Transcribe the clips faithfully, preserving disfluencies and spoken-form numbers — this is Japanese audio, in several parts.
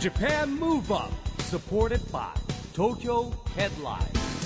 Japan Move Up supported by Tokyo Headline。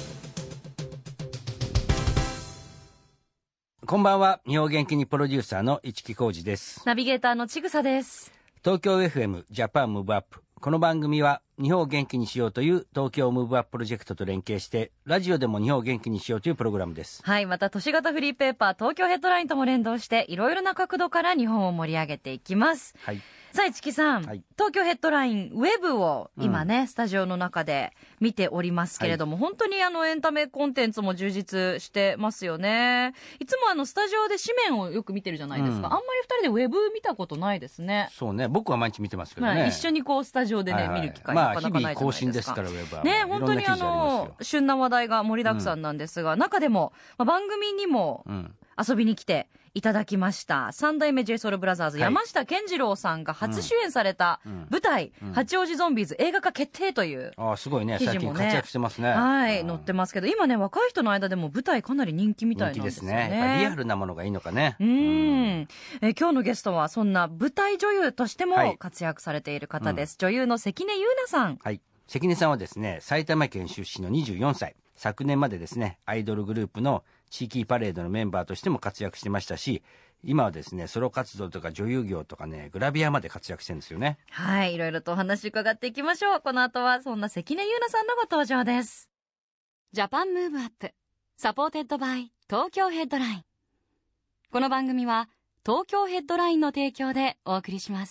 こんばんは。日本元気にプロデューサーの市木浩司です。 ナビゲーターのちぐさです。 東京 エフエム ジャパンムーブアップ。この番組は日本を元気にしようという東京ムーブアッププロジェクトと連携してラジオでも日本を元気にしようというプログラムです。 はい、また都市型フリーペーパー東京ヘッドラインとも連動していろいろな角度から日本を盛り上げていきます。 はい。 さあ市木さん、はい、東京ヘッドラインウェブを今ね、うん、スタジオの中で見ておりますけれども、はい、本当にあのエンタメコンテンツも充実してますよね。いつもあのスタジオで紙面をよく見てるじゃないですか、うん、あんまりふたりでウェブ見たことないですね。 そうね、僕は毎日見てますけどね、 はい、一緒にこうスタジオでね、はいはい、見る機会なかなかないじゃないですか。まあ日々更新ですからウェブはね、本当にあの旬な話題が盛りだくさんなんですが、うん、中でも、まあ、番組にも遊びに来ていただきました三代目 ジェイソウルブラザーズ、はい、山下健二郎さんが初主演された舞台、うんうん、八王子ゾンビーズ映画化決定という記事もね、あすごいね、最近活躍してますね。はい、載ってますけど、今ね若い人の間でも舞台かなり人気みたいなんですよね。 人気ですね。リアルなものがいいのかね。 うん、うん、え今日のゲストはそんな舞台女優としても活躍されている方です、はい、うん、女優の関根優奈さん。 はい、関根さんはですね、埼玉県出身のにじゅうよんさい。昨年までですね、アイドルグループの地域パレードのメンバーとしても活躍してましたし、今はですね、ソロ活動とか女優業とかね、グラビアまで活躍してるんですよね。 はい、いろいろとお話伺っていきましょう。この後はそんな関根優奈さんのご登場です。ジャパンムーブアップサポーテッドバイ東京ヘッドライン。この番組は東京ヘッドラインの提供でお送りします。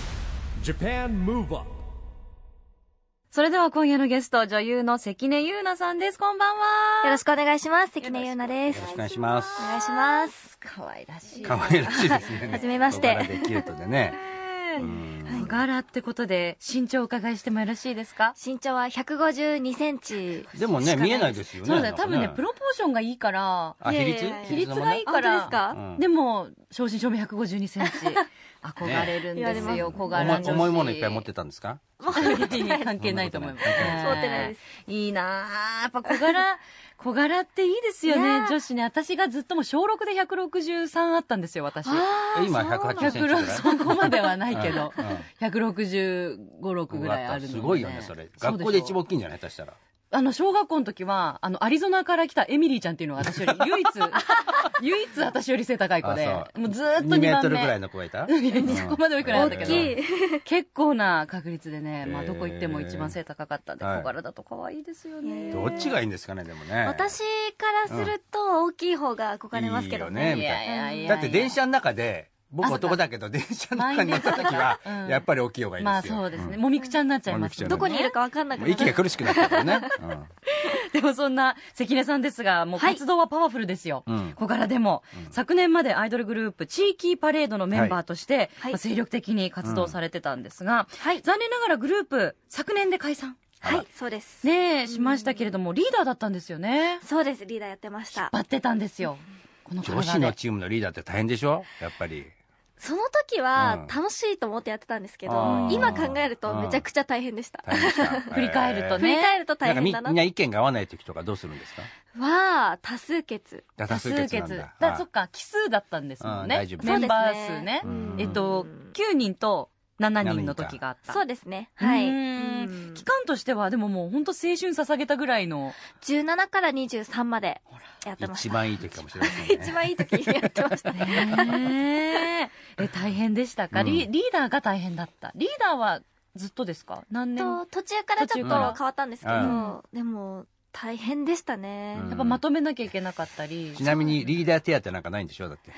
Japan Move Up。 それでは今夜のゲスト、女優の関根優奈さんです。こんばんは。 よろしくお願いします。関根優奈です。 よろしくお願いします。 お願いします。 可愛らしい。 可愛らしいですね。 はじめまして。 小柄でキュートでね。 小柄ってことで身長お伺いしてもよろしいですか？ 身長はひゃくごじゅうにセンチ。 でもね、見えないですよね。 そうだよ、多分ね、プロポーションがいいから。 あ、比率？ 比率がいいから。 本当ですか？ でも正真正銘ひゃくごじゅうにセンチ。憧れるんですよ、小柄女子。 重いものいっぱい持ってたんですか？ 関係ないと思います。 持ってないです。 いいなぁ、やっぱ小柄小柄っていいですよね、女子ね。私がずっとも小ろくでひゃくろくじゅうさんあったんですよ、私。 今ひゃくはちじゅっセンチぐらい。 そこまではないけど、ひゃくろくじゅうご、ろくぐらいあるので。 すごいよね、それ。学校で一番大きいんじゃない？下手したら。 あの小学校の時はあのアリゾナから来たエミリーちゃんっていうのが私より唯一唯一私より背高い子で、もうずっとにばんめ。にメートルぐらいの子がいた？ そこまで多くないんだけど、結構な確率でね、まあどこ行っても一番背高かったんで、小柄だと可愛いですよね。 どっちがいいんですかね、でもね。 私からすると大きい方が憧れますけどね。 いいよね。だって電車の中で。僕男だけど電車の中に乗った時はやっぱり大きい方がいいですよ。 まあそうですね、もみくちゃになっちゃいます。 どこにいるか分かんなくなる。 息が苦しくなったからね。 でもそんな関根さんですが、もう活動はパワフルですよ、小柄でも。昨年までアイドルグループ地域パレードのメンバーとして精力的に活動されてたんですが、残念ながらグループ昨年で解散。 はい、そうですね、しましたけれども、リーダーだったんですよね。 そうです、リーダーやってました。 引っ張ってたんですよ。 女子のチームのリーダーって大変でしょ、やっぱり。 その時は楽しいと思ってやってたんですけど、うん、今考えるとめちゃくちゃ大変でした。 振り返るとね。 振り返ると大変だな。 みんな意見が合わない時とかどうするんですか？ は多数決。 多数決なんだ。 だそっか、奇数だったんですもんね。メンバー数ね。えっときゅうにんとしちにんの時があった。 そうですね。はい。 期間としてはでももう本当青春捧げたぐらいの。 じゅうななからにじゅうさんまでやってました。 一番いい時かもしれないですね。 一番いい時にやってましたね。 え、大変でしたか？リーダーが大変だった。リーダーはずっとですか？何年？ 途中からちょっと変わったんですけど、でも大変でしたね。 やっぱまとめなきゃいけなかったり。 ちなみにリーダー手当なんかないんでしょ？だって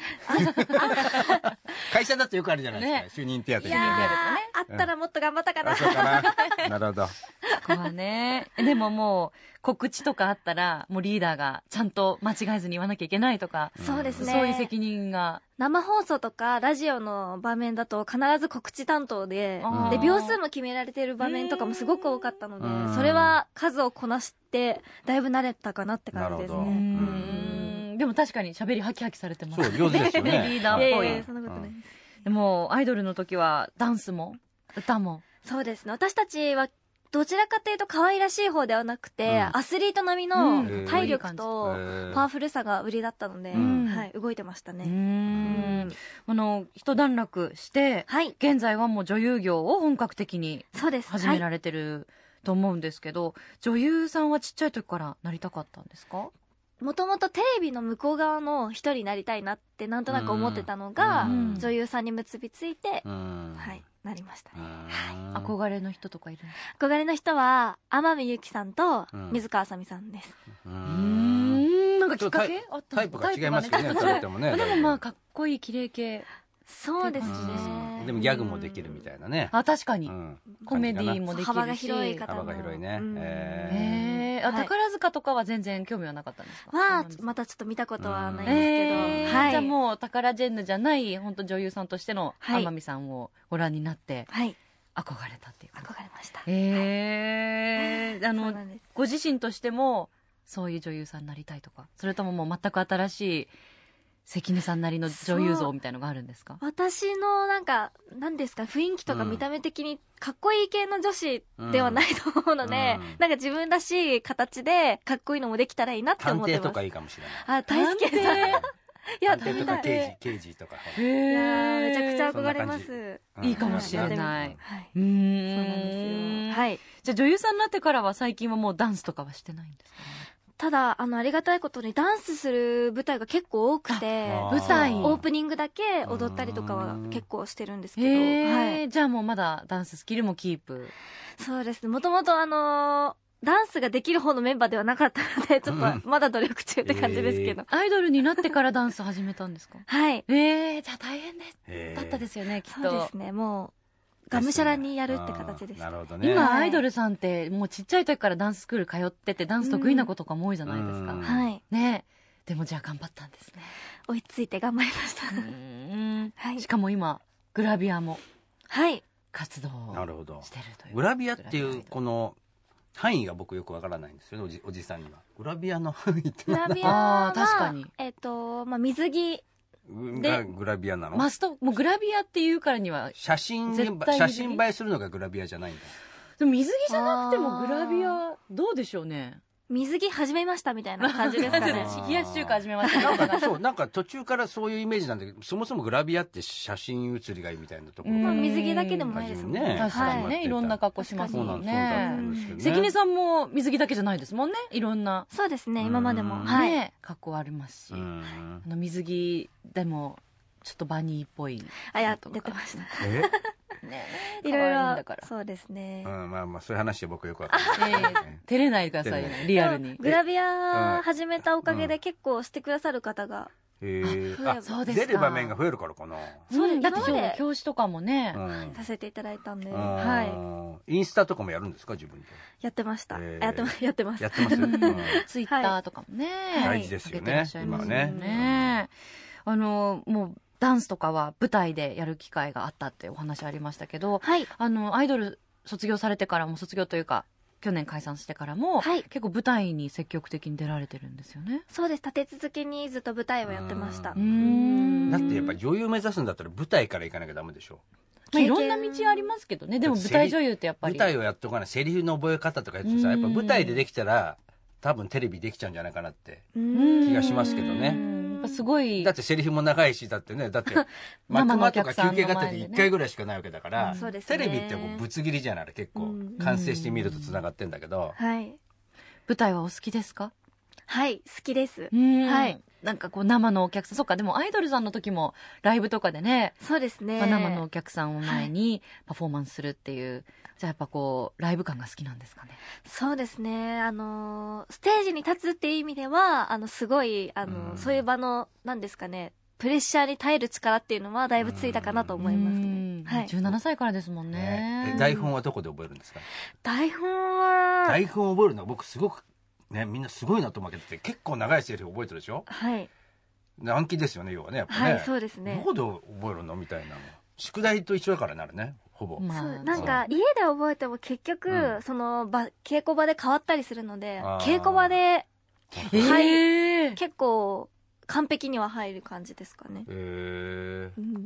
会社だとよくあるじゃないですか、主任手当。 いやあったらもっと頑張ったかな。 そうかな。なるほど。 ここはね、でももう告知とかあったらもうリーダーがちゃんと間違えずに言わなきゃいけないとか。 そうですね。 そういう責任が。 生放送とかラジオの場面だと必ず告知担当で、で秒数も決められている場面とかもすごく多かったので、それは数をこなしてだいぶ慣れたかなって感じですね。うん、 でも確かに喋りハキハキされてます。 そう、上手ですよね。 リーダーっぽい。 いやいやそんなことないです。 でもアイドルの時はダンスも歌も。 そうですね、私たちはどちらかというと可愛らしい方ではなくて、うん、アスリート並みの体力とパワフルさが売りだったので、はい、動いてましたね。うん、 あの一段落して、はい、現在はもう女優業を本格的に始められてると思うんですけど、はい、女優さんはちっちゃい時からなりたかったんですか？ もともとテレビの向こう側の一人になりたいなってなんとなく思ってたのが、女優さんに結びついて、はい、なりましたね。 はい、憧れの人とかいるんですか？憧れの人は天海祐希さんと水川あさみさんです。 うーん、なんかきっかけあったタイプが違いますよね。でもね。 でもまあかっこいい綺麗系。 そうですね。 でもギャグもできるみたいなね。 あ、確かに。コメディもできるし。 幅が広い方幅が広いね。 へえ。あ、宝塚とかは全然興味はなかったんですか？ はまたちょっと見たことはないんですけど。はい。 じゃあもうタラジェンヌじゃない本当女優さんとしての天海さんをご覧になって、はい。憧れたっていう。 憧れました。 へえ。あのご自身としてもそういう女優さんになりたいとか、それとももう全く新しい関根さんなりの女優像みたいのがあるんですか？ 私のなんか何ですか、雰囲気とか見た目的にかっこいい系の女子ではないと思うので、うん、なんか自分らしい形でかっこいいのもできたらいいなって思ってます。 探偵とかいいかもしれない。 あ、大好きです。いや、探偵とか刑事、刑事とか。 いやめちゃくちゃ憧れます。 いいかもしれない。 はい。うん。そうなんですよ。はい。 じゃあ女優さんになってからは最近はもうダンスとかはしてないんですかね？ ただ、あの、ありがたいことにダンスする舞台が結構多くて、 舞台オープニングだけ踊ったりとかは結構してるんですけど、 はい。じゃあもうまだダンススキルもキープ。 そうですね。もともとあのー、ダンスができる方のメンバーではなかったので、ちょっとまだ努力中って感じですけど。 アイドルになってからダンス始めたんですか？ はい。 えー、じゃあ大変でだったですよね、きっと。 そうですね、もう。がむしゃらにやるって形でした。 なるほどね。 今アイドルさんってもうちっちゃい時からダンススクール通っててダンス得意な子とかも多いじゃないですか。 はい。 ね。でもじゃあ頑張ったんですね。 追いついて頑張りました。うん。はい。しかも今グラビアもはい活動なるほどしてるという。 グラビアっていうこの範囲が僕よくわからないんですよね、おじおじさんには。グラビアの範囲ってグラビアは確かにえっとまあ水着がグラビアなの？ マスト、もうグラビアっていうからには写真写真映えするのがグラビアじゃないんだ。 でも水着じゃなくてもグラビアどうでしょうね。 水着始めましたみたいな感じですかね。 冷やし中華始めましたなんかそうなんか途中からそういうイメージなんだけど、そもそもグラビアって写真写りがいいみたいなところ。 まあ水着だけでもないですもんね。 確かにね、いろんな格好しますもんね。関根さんも水着だけじゃないですもんね。いろんな。 そうですね、今までもはい格好ありますし、あの水着でもちょっっとバニーっぽいあやってましたえね、いろいろそうですね、 うん、まあまあそういう話は僕よくわかんない、 えー、照れないでくださいねリアルに。 グラビア始めたおかげで結構してくださる方が、 へー、あ、そうですか。出る場面が増えるからかな。 そうです、だって表紙とかもね、 うん、させていただいたんで、はい。 インスタとかもやるんですか、自分で。 やってました。やってます。やってます。 やってます。 ツイッターとかもね、 大事ですよね。今はね。 あのもうダンスとかは舞台でやる機会があったってお話ありましたけど、 はい、 あのアイドル卒業されてからも、卒業というか去年解散してからも、はい、結構舞台に積極的に出られてるんですよね。 そうです。立て続けにずっと舞台をやってました。うん、だってやっぱり女優目指すんだったら舞台から行かなきゃダメでしょ。 まあ、いろんな道ありますけどね。でも舞台女優ってやっぱり舞台をやっとかない、セリフの覚え方とかやってさ、やっぱ舞台でできたら多分テレビできちゃうんじゃないかなって気がしますけどね。 すごい。 だってセリフも長いし、だってね、だって幕間とか休憩があっていっかいぐらいしかないわけだから、うんね、テレビってもうぶつ切りじゃない、結構、うん、完成してみるとつながってんだけど、 はい、 舞台はお好きですか？ はい、好きです。はい。 なんかこう生のお客さん、そっか、でもアイドルさんの時もライブとかでね、 そうですね、 まあ、生のお客さんを前にパフォーマンスするっていう、はい、じゃあやっぱこうライブ感が好きなんですかね？ そうですね、あのステージに立つっていう意味では、あのすごいあの、うん、そういう場のなんですかね、プレッシャーに耐える力っていうのはだいぶついたかなと思いますね。はい、 じゅうななさいからですもんね。 ね、台本はどこで覚えるんですか？ 台本は台本を覚えるのは僕すごくね、みんなすごいなと思うけど、結構長いセリフ覚えてるでしょ？ はい。 暗記ですよね、要はね、やっぱね。 はい、そうですね。 どこで覚えるのみたいなの。宿題と一緒だからなるね、ほぼ。 まあ、そう、なんか家で覚えても結局、うん、その場稽古場で変わったりするので、稽古場で、 えー、 結構完璧には入る感じですかね。 へえー。うん、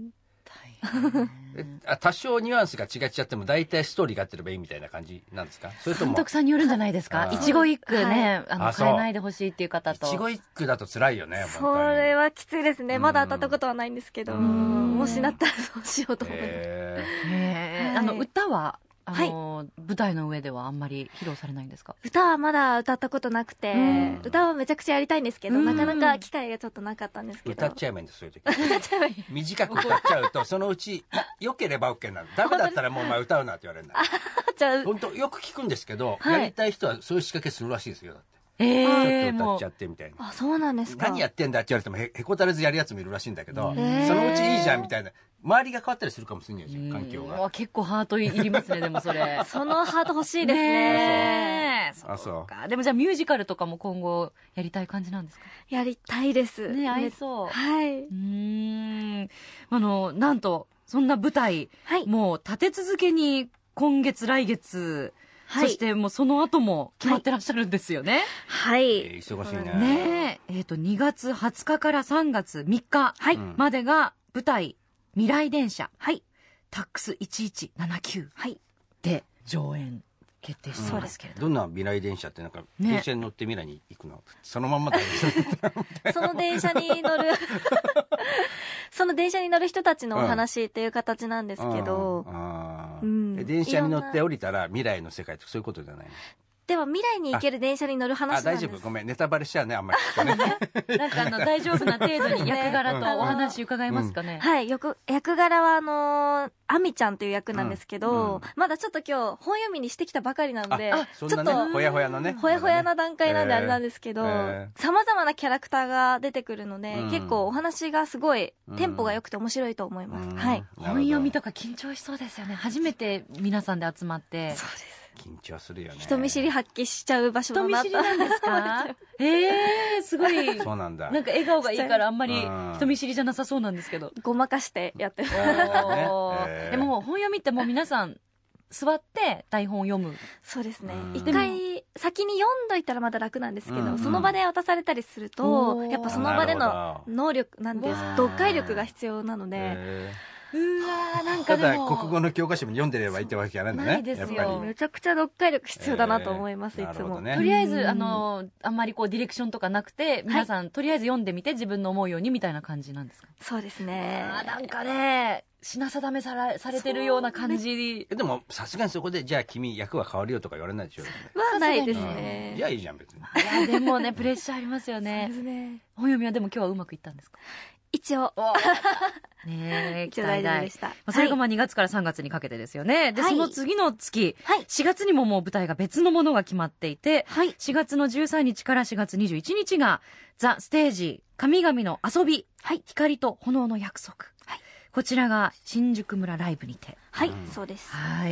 あ多少ニュアンスが違っちゃっても大体ストーリーが合ってればいいみたいな感じなんですか？それとも監督さんによるんじゃないですか？一期一句ね、あの変えないでほしいっていう方と。 一期一句だと辛いよね。 それはきついですね。まだ当たったことはないんですけど、もしなったらそうしようと思います。 へえ。あの歌はあの、はい、舞台の上ではあんまり披露されないんですか？ 歌はまだ歌ったことなくて、歌はめちゃくちゃやりたいんですけど、なかなか機会がちょっとなかったんですけど。 歌っちゃえばいいんです、そういう時。歌っちゃえばいい。短く歌っちゃうと、そのうち、良ければ OK なの。ダメだったらもうお前歌うなって言われるんだ。じゃあ。本当よく聞くんですけど、はい、やりたい人はそういう仕掛けするらしいですよ、だって。えー、ちょっと歌っちゃってみたいな。 あ、そうなんですか。 何やってんだって言われてもへ、へこたれずやるやつもいるらしいんだけど、そのうちいいじゃんみたいな。周りが変わったりするかもしれないじゃん、環境が。 結構ハートいりますね、でもそれ。 そのハート欲しいですね。 あ、そう。 でもじゃあミュージカルとかも今後やりたい感じなんですか？ やりたいです。 ね、合いそう。 はい。 うーん。あの、なんと、そんな舞台、はい、もう立て続けに今月、来月、はい、そしてもうその後も決まってらっしゃるんですよね。 はい。 えー、忙しいね。 ねえ。えっと、にがつはつかからさんがつみっかまでが舞台、未来電車。はい。タックスいちいちななきゅう。はい。で、上演決定してますけれど。 どんな未来電車ってなんか、電車に乗って未来に行くの？そのまんまだよ。 その電車に乗る、その電車に乗る人たちのお話っていう形なんですけど。 電車に乗って降りたら未来の世界とかそういうことじゃないの？ では未来に行ける電車に乗る話なんです。 あ、大丈夫。ごめん。ネタバレしちゃうね、あんまり、ね。 なんかあの、大丈夫な程度に役柄とお話伺えますかね。 はい。よく、役柄はあのー、アミちゃんという役なんですけど、うんうん、まだちょっと今日、本読みにしてきたばかりなので、 ちょっと、ね、ほやほやのね。 ほやほやな段階なんであれなんですけど、様々なキャラクターが出てくるので、うん、結構お話がすごい、テンポが良くて面白いと思います。うん、はい。 本読みとか緊張しそうですよね。初めて皆さんで集まって。 そうです。 緊張するよね。 人見知り発揮しちゃう場所だなと。 人見知りなんですか？ええー、すごい。 そうなんだ。 なんか笑顔がいいからあんまり人見知りじゃなさそうなんですけど。 ごまかしてやってる。 でも本読みってもう皆さん座って台本を読む。 そうですね。一回先に読んどいたらまだ楽なんですけど、その場で渡されたりすると、やっぱその場での能力なんです。読解力が必要なので。 うわー、なんかでもただ国語の教科書も読んでればいいってわけじゃないんだね。 ないですよ。 めちゃくちゃ読解力必要だなと思います、いつも。 とりあえず、あの、あんまりこうディレクションとかなくて、皆さん、とりあえず読んでみて自分の思うようにみたいな感じなんですか？ そうですね。 なんかね、品定めされ、されてるような感じ。 でも、さすがにそこで、じゃあ君役は変わるよとか言われないでしょ？ まあ、ないですね。 じゃあいいじゃん、別に。いや、でもね、プレッシャーありますよね。 そうですね。 本読みはでも今日はうまくいったんですか？ 一応。 ねえ、 一応大丈夫でした。 それがまあにがつからさんがつにかけてですよね。で、その次の月、しがつにももう舞台が別のものが決まっていて、しがつのじゅうさんにちからしがつにじゅういちにちが、ザ・ステージ、神々の遊び、光と炎の約束。こちらが新宿村ライブにて。 はい、うん、そうです。 はい。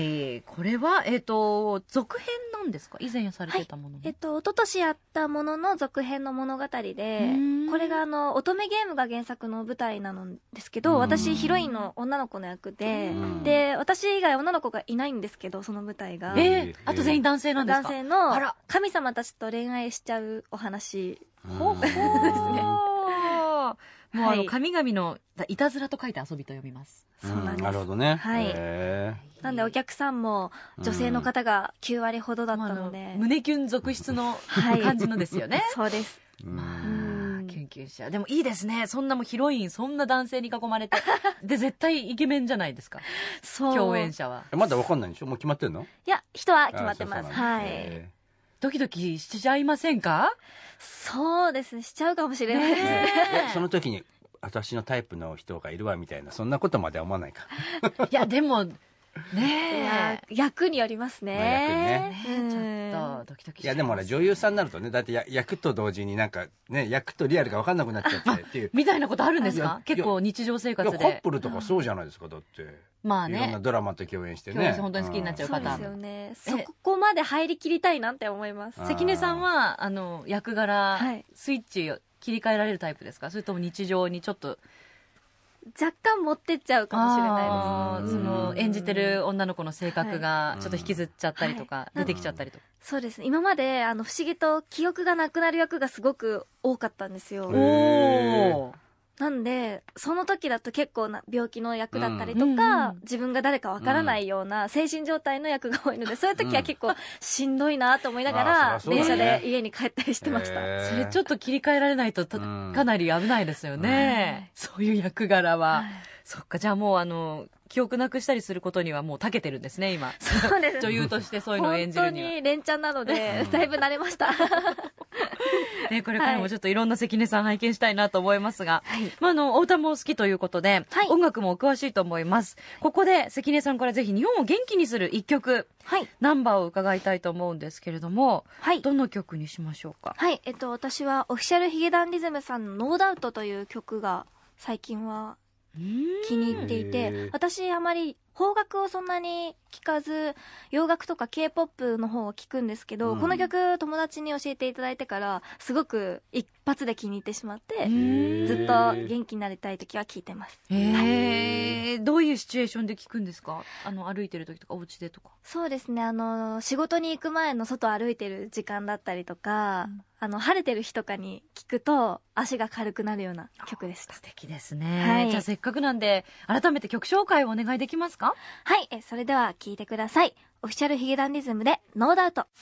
これは、えっ、ー、と、続編なんですか？以前されてたもの、はい、 えっ、ー、と、一昨年やったものの続編の物語で、これがあの、乙女ゲームが原作の舞台なのですけど、私ヒロインの女の子の役で、で、私以外女の子がいないんですけど、その舞台が。 えー、あと全員男性なんですか？ 男性の、神様たちと恋愛しちゃうお話。 ほほーですね。もうあの、神々のいたずらと書いて遊びと読みます。 そうなんです。 なるほどね。 はい。なんでお客さんも女性の方がきゅうわりほどだったので。 胸キュン続出の感じのですよね。 そうです。 まあ、キュンキュンしちゃう。でもいいですね。そんなもうヒロイン、そんな男性に囲まれて。で、絶対イケメンじゃないですか。そう。共演者は。 まだわかんないんでしょ？もう決まってんの？ いや、人は決まってます。はい。 ドキドキしちゃいませんか？ そうですね。しちゃうかもしれないですね。 その時に、私のタイプの人がいるわみたいな、そんなことまでは思わないか。 いや、でも、ねえ。役によりますね。 役ね。ちょっとドキドキしちゃいます。 いや、でもほら、女優さんになるとね、だってや役と同時になんか、ね、役とリアルが分かんなくなっちゃってっていう。 みたいなことあるんですか？結構日常生活で。 カップルとかそうじゃないですか、だって。 まあね。 いろんなドラマと共演してね。 本当に好きになっちゃうパターン。 そうですよね。そこまで入りきりたいなって思います。 関根さんは、あの、役柄、スイッチを切り替えられるタイプですか？それとも日常にちょっと、 若干持ってっちゃうかもしれないです。 その演じてる女の子の性格がちょっと引きずっちゃったりとか、はい、出てきちゃったりとか。 そうですね。今まであの不思議と記憶がなくなる役がすごく多かったんですよ。 おー。 なんでその時だと結構な病気の役だったりとか、うん、自分が誰かわからないような精神状態の役が多いので、そういう時は結構しんどいなと思いながら、うん、電車で家に帰ったりしてました。 それちょっと切り替えられないと、うん、かなり危ないですよね、うん、そういう役柄は、はい、そっか。じゃあもうあの記憶なくしたりすることにはもう長けてるんですね今。 そうです女優としてそういうのを演じるには本当に連チャンなのでだいぶ慣れましたね、これからもちょっといろんな関根さん拝見したいなと思いますが、はい、まあ、あのお歌も好きということで、はい、音楽もお詳しいと思います。ここで関根さんからぜひ日本を元気にする一曲、はい、ナンバーを伺いたいと思うんですけれども、はい、どの曲にしましょうか。 はい、えっと、私はオフィシャルヒゲダンディズムさんのノーダウトという曲が最近は気に入っていて、私あまり邦楽をそんなに聴かず洋楽とか K-ポップ の方を聴くんですけど、うん、この曲友達に教えていただいてからすごく一発で気に入ってしまって、ずっと元気になりたい時は聴いてます。 へー、はい、どういうシチュエーションで聴くんですか。あの歩いてる時とかお家でとか。 そうですね、あの仕事に行く前の外歩いてる時間だったりとか、うん、あの晴れてる日とかに聴くと足が軽くなるような曲でした。 素敵ですね、はい、じゃあせっかくなんで改めて曲紹介をお願いできますか。 はい、えそれでは聴いてください。オフィシャルヒゲダンディズムでノーダウト。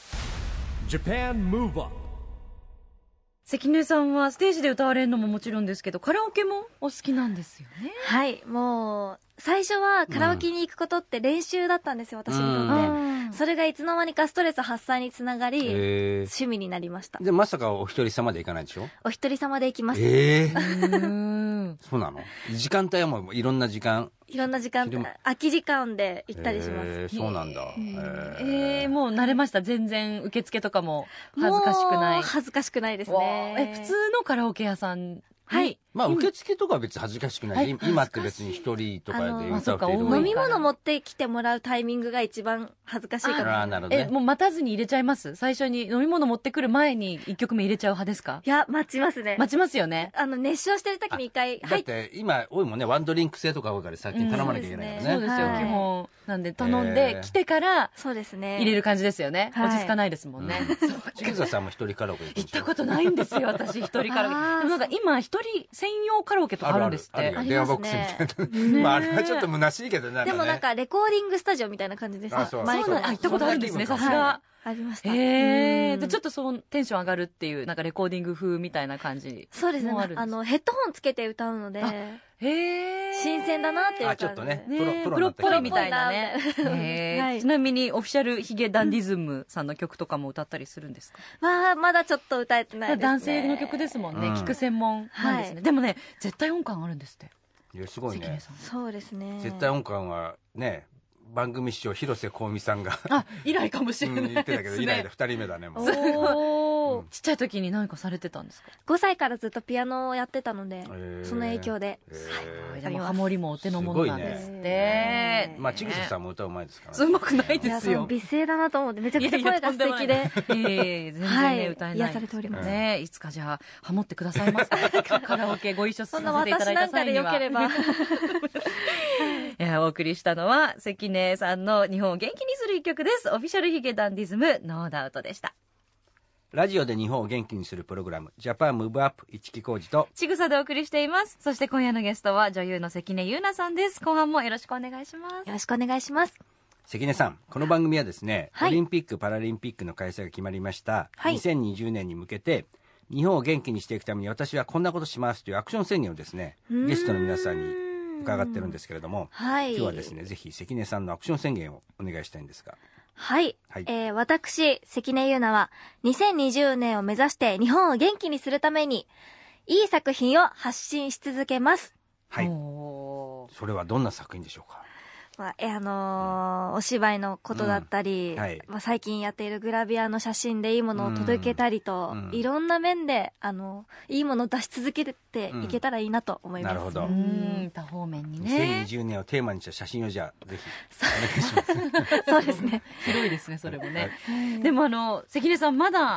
関根さんはステージで歌われるのももちろんですけど、カラオケもお好きなんですよね。 はい、もう最初はカラオケに行くことって練習だったんですよ、うん、私にとって、うん、それがいつの間にかストレス発散につながり、えー、趣味になりました。 でまさかお一人様で行かないでしょ。 お一人様で行きます。 えー、そうなの。時間帯はもういろんな時間いろんな時間空き時間で行ったりします。 えー、そうなんだ。 えー、えー、もう慣れました。全然受付とかも恥ずかしくない。もう恥ずかしくないですね。 え普通のカラオケ屋さん。 はい。 まあ受付とかは別に恥ずかしくない。今って別に一人とかで歌う人いる。 飲み物持ってきてもらうタイミングが一番恥ずかしいかも。 ああ、なるほどね。 えもう待たずに入れちゃいます。最初に飲み物持ってくる前に一曲目入れちゃう派ですか。 いや待ちますね。 待ちますよね。 あの熱唱してる時に一回。 だって今多いもんね、ワンドリンク制とか多いから先に頼まなきゃいけないからね。 そうですよ、基本なんで頼んで来てからそうですね入れる感じですよね。落ち着かないですもんね。 千草さんも一人カラオケ行ったことないんですよ私。一人カラオケ。でもなんか今一人専用カラオケとかあるんですって。 電話ボックスみたいな。まああれはちょっと虚しいけどね。 でもなんかレコーディングスタジオみたいな感じです。 あ、そう。 行ったことあるんですね。さすが。 ありました。 へえ。でちょっとそのテンション上がるっていうなんかレコーディング風みたいな感じ。 そうですね。あのヘッドホンつけて歌うので。へえ。新鮮だなっていう感じ。 ちょっとね。 プロっぽいみたいなね。ちなみにオフィシャルヒゲダンディズムさんの曲とかも歌ったりするんですか。 まあまだちょっと歌えてないですね。 男性の曲ですもんね。聞く専門なんですね。でもね絶対音感あるんですって。 いやすごいね。 そうですね。 絶対音感はね。番組師匠広瀬香美さんがあ以来かもしれないですね、うん、言ってたけど以来でふたりめだねもう。 お、うん、ちっちゃい時に何かされてたんですか。 ごさいからずっとピアノをやってたので、えー、その影響で、 えーはい、じゃあもうハモリもお手の物なんですって、ね、 まあ千草さんも歌うまいですからね。うまくないですよ。 美声だなと思ってめちゃくちゃ声が素敵で、いやいや全然ね、はい、歌えない癒されておりますね。いつかじゃあハモってくださいますか。カラオケご一緒させていただいた際には。そんな私なんかでよければいやお送りしたのは関根さんの日本を元気にする一曲です。オフィシャルヒゲダンディズムノーダウトでした。 ラジオで日本を元気にするプログラムジャパンムーブアップ市木浩二とちぐさでお送りしています。そして今夜のゲストは女優の関根優奈さんです。後半もよろしくお願いします。よろしくお願いします。 関根さん、この番組はですね、はい、オリンピックパラリンピックの開催が決まりました、はい、にせんにじゅうねんに向けて日本を元気にしていくために私はこんなことしますというアクション宣言をですねゲストの皆さんに伺ってるんですけれども、はい、今日はですねぜひ関根さんのアクション宣言をお願いしたいんですが。 はい、はいえー、私関根優奈はにせんにじゅうねんを目指して日本を元気にするためにいい作品を発信し続けます。 はい、それはどんな作品でしょうか。 まあえあのーうん、お芝居のことだったり、うんはいまあ、最近やっているグラビアの写真でいいものを届けたりと、うん、いろんな面であのいいものを出し続けていけたらいいなと思います。 うん、なるほど。 うん多方面にね。 にせんにじゅうねんをテーマにした写真をじゃあぜひお願いします。 そうですね。 広いですねそれもね。はい、でもあの関根さんまだ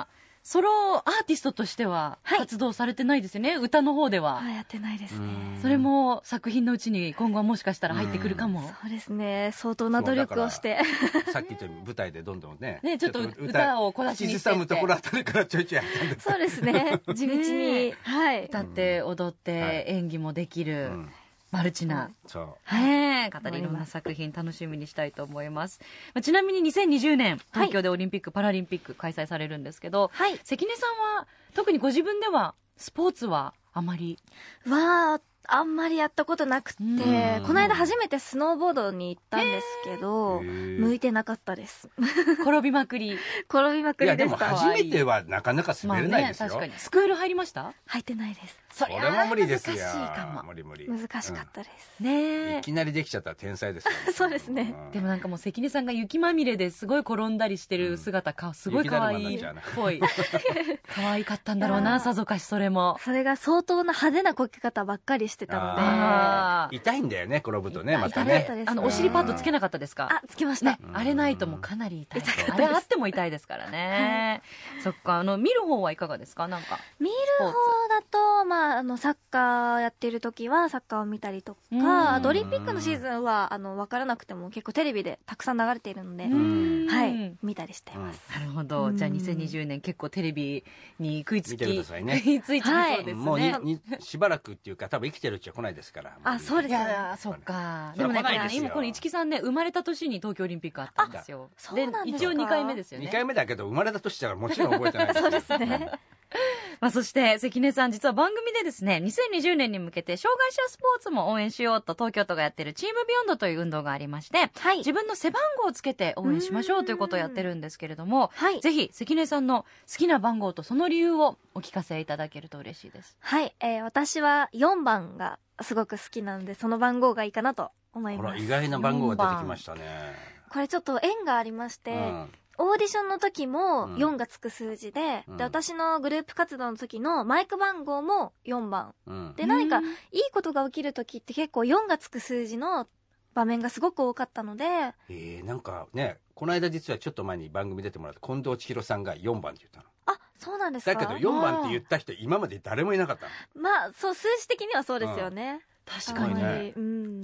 ソロアーティストとしては活動されてないですよね、はい、歌の方では。 あ、やってないですね。 それも作品のうちに今後はもしかしたら入ってくるかも。 そうですね、相当な努力をしてさっき言ったように舞台でどんどんねね、ちょっと歌を小出しにしてって、口ずさむところあたりからちょいちょいやったんです。 そうですね、地道に、はい、 歌って踊って演技もできる、うん、マルチな、 そうはい、方でいろんな作品楽しみにしたいと思います。ちなみににせんにじゅうねん東京でオリンピック、はい、パラリンピック開催されるんですけど、はい、関根さんは特にご自分ではスポーツはあまりわーあんまりやったことなくて、この間初めてスノーボードに行ったんですけど、向いてなかったです。 転びまくり転びまくりでした。 いやでも初めてはなかなか滑れないですよ、 まあね、確かに。スクール入りました？ 入ってないです。 それは無理ですよ。 難しいかも。 無理無理。 難しかったです、 うん、ねいきなりできちゃったら天才ですよ、ね、 そうですね、 うん、でもなんかもう関根さんが雪まみれですごい転んだりしてる姿か、すごい可愛いっぽい可愛かったんだろうな、さぞかし。それもそれが相当な派手なこけ方ばっかりしてたので、 あ痛いんだよね、転ぶとね、またね。 あのお尻パッドつけなかったですか？ あ、つけました、ね、 あれないともうかなり痛い。あれあっても痛いですからね、はい、そっか。あの見る方はいかがですか？なんか見る方だと、まあ、あのサッカーやってる時はサッカーを見たりとか、オリンピックのシーズンはあの分からなくても結構テレビでたくさん流れているので、はい、見たりしています。 なるほど。じゃあにせんにじゅうねん結構テレビに食いつき、 見てくださいね、 食いついてそうですね、 もうににしばらくっていうか多分生きてるうちは来ないですから。 あ、そうですよね。 そっか。でもね、今この市木さんね、生まれた年に東京オリンピックあったんですよ。 そうなんですか。 一応にかいめですよね。 にかいめだけど生まれた年だからもちろん覚えてないです。 そうですね。 まあそして関根さん、実は番組でですね、にせんにじゅうねんに向けて障害者スポーツも応援しようと東京都がやってるチームビヨンドという運動がありまして、はい、自分の背番号をつけて応援しましょうということをやってるんですけれども、はい、ぜひ関根さんの好きな番号とその理由をお聞かせいただけると嬉しいです。 はい、えー、私はよんばんがすごく好きなので、その番号がいいかなと思います。 ほら、意外な番号が出てきましたね。 これちょっと縁がありまして、うん、オーディションの時もよんがつく数字で、うん、で私のグループ活動の時のマイク番号もよんばん、うん、で何かいいことが起きる時って結構よんがつく数字の場面がすごく多かったので、 えー、なんかね、この間実はちょっと前に番組出てもらった近藤千尋さんがよんばんって言ったの。 あ、そうなんですか。 だけどよんばんって言った人今まで誰もいなかったの。まあそう数字的にはそうですよね、 うん、確かにね、 うん、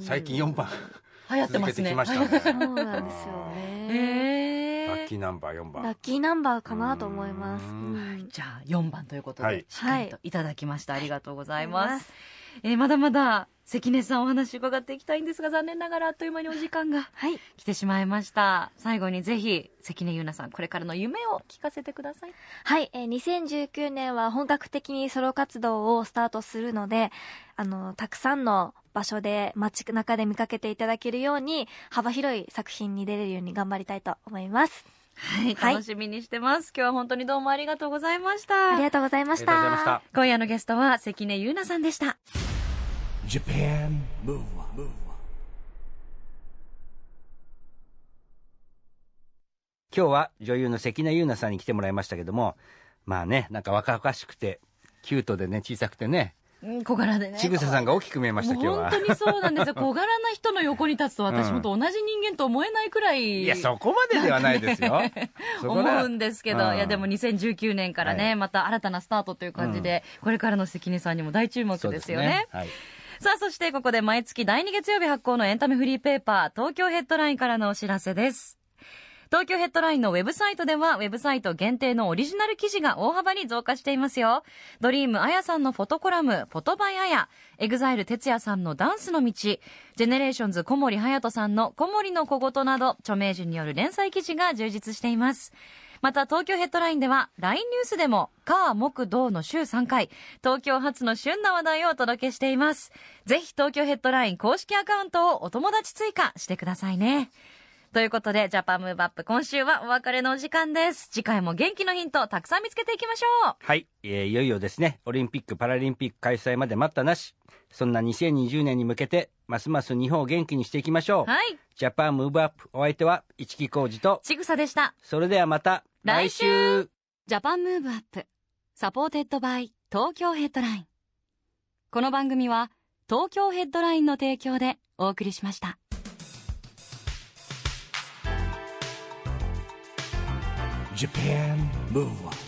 最近よんばん流行ってますね。 続けてきましたね。 そうなんですよね。 えー、 ラッキーナンバーよんばん。 ラッキーナンバーかなと思います。うん、じゃあよんばんということで、はい、しっかりといただきました。ありがとうございます。はい、えー、まだまだ関根さんお話伺っていきたいんですが、残念ながらあっという間にお時間が来てしまいました。はい、最後にぜひ関根優奈さん、これからの夢を聞かせてください。 はい、えー、にせんじゅうきゅうねんは本格的にソロ活動をスタートするので、あのたくさんの場所で街中で見かけていただけるように幅広い作品に出れるように頑張りたいと思います。 はい、楽しみにしてます。今日は本当にどうもありがとうございました。 ありがとうございました。 今夜のゲストは関根優奈さんでした。 Japan Move Up。 今日は女優の関根優奈さんに来てもらいましたけども、まあね、なんか若々しくてキュートでね、小さくてね、 小柄でね、 ちぐささんが大きく見えました。今日は本当にそうなんですよ。小柄な人の横に立つと私もと同じ人間と思えないくらい、うん、 いやそこまでではないですよ、ね、 思うんですけど、うん、いやでもにせんじゅうきゅうねんからね、はい、また新たなスタートという感じで、うん、これからの関根さんにも大注目ですよね。ね、はい、さあそしてここで毎月だいに月曜日発行のエンタメフリーペーパー東京ヘッドラインからのお知らせです。東京ヘッドラインのウェブサイトではウェブサイト限定のオリジナル記事が大幅に増加していますよ。ドリームあやさんのフォトコラムフォトバイあや、エグザイル哲也さんのダンスの道、ジェネレーションズ小森隼人さんの小森の小言など著名人による連載記事が充実しています。また東京ヘッドラインでは ライン ニュースでも火木土の週さんかい東京発の旬な話題をお届けしています。ぜひ東京ヘッドライン公式アカウントをお友達追加してくださいね。ということでジャパンムーブアップ、今週はお別れのお時間です。次回も元気のヒントをたくさん見つけていきましょう。 はい、えー、いよいよですね、オリンピックパラリンピック開催まで待ったなし、そんなにせんにじゅうねんに向けてますます日本を元気にしていきましょう。 はい、 ジャパンムーブアップ、お相手は市木浩二とちぐさでした。 それではまた来週。 ジャパンムーブアップサポーテッドバイ東京ヘッドライン。この番組は東京ヘッドラインの提供でお送りしました。 Japan Move Up。